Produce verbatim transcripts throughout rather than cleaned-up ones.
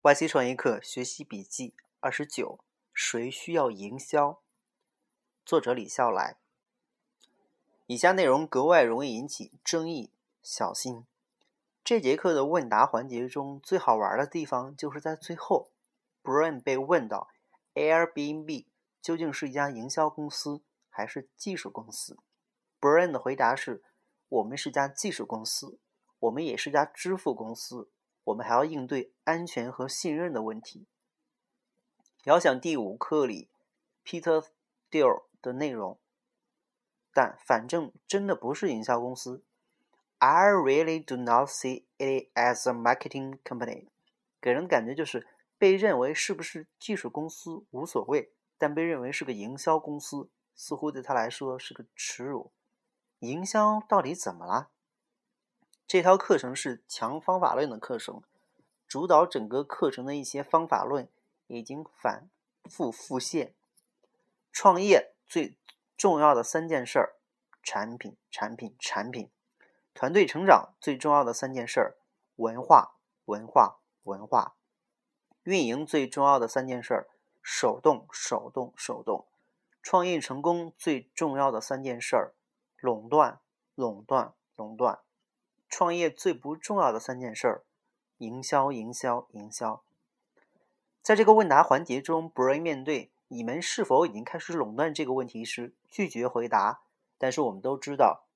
Y C 创业课学习笔记二十九，谁需要营销？作者李笑来。以下内容格外容易引起争议，小心。这节课的问答环节中最好玩的地方就是在最后 Brian 被问到 Airbnb 究竟是一家营销公司还是技术公司。 Brian 的回答是，我们是家技术公司，我们也是家支付公司，我们还要应对安全和信任的问题。遥想第五课里 Peter Thiel 的内容，但反正真的不是营销公司。 I really do not see it as a marketing company。 给人感觉就是被认为是不是技术公司无所谓，但被认为是个营销公司似乎对他来说是个耻辱。营销到底怎么了？这套课程是强方法论的课程，主导整个课程的一些方法论已经反复复现。创业最重要的三件事儿：产品、产品、产品；团队成长最重要的三件事儿：文化、文化、文化；运营最重要的三件事儿：手动、手动、手动；创业成功最重要的三件事儿：垄断、垄断、垄断；创业最不重要的三件事儿：营销、营销、营销。在这个问答环节中 Brian 面对你们是否已经开始垄断这个问题时拒绝回答，但是我们都知道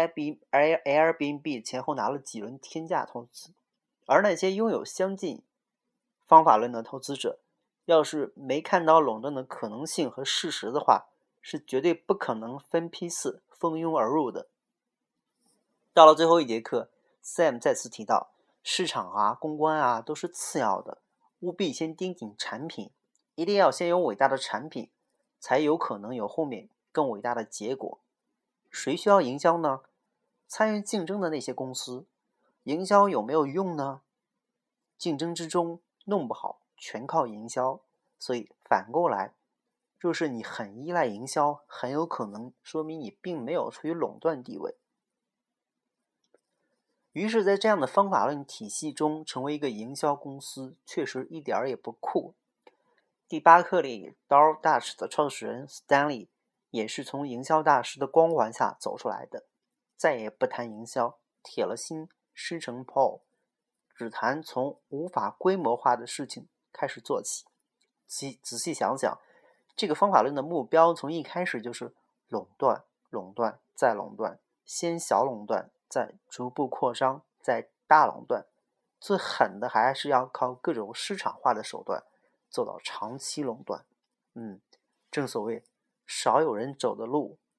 Airbnb 前后拿了几轮天价投资，而那些拥有相近方法论的投资者，要是没看到垄断的可能性和事实的话，是绝对不可能分批次蜂拥而入的。到了最后一节课， Sam 再次提到，市场啊、公关啊都是次要的，务必先盯紧产品，一定要先有伟大的产品，才有可能有后面更伟大的结果。谁需要营销呢？参与竞争的那些公司。营销有没有用呢？竞争之中弄不好全靠营销，所以反过来，若是你很依赖营销，很有可能说明你并没有处于垄断地位。于是在这样的方法论体系中，成为一个营销公司确实一点也不酷。第八课里 DoorDash 的创始人 Stanley 也是从营销大师的光环下走出来的，再也不谈营销，铁了心师承 Paul， 只谈从无法规模化的事情开始做起。仔细想想，这个方法论的目标从一开始就是垄断、垄断再垄断，先小垄断，再逐步扩张，再大垄断，最狠的还是要靠各种市场化的手段做到长期垄断。嗯，正所谓少有人走的路，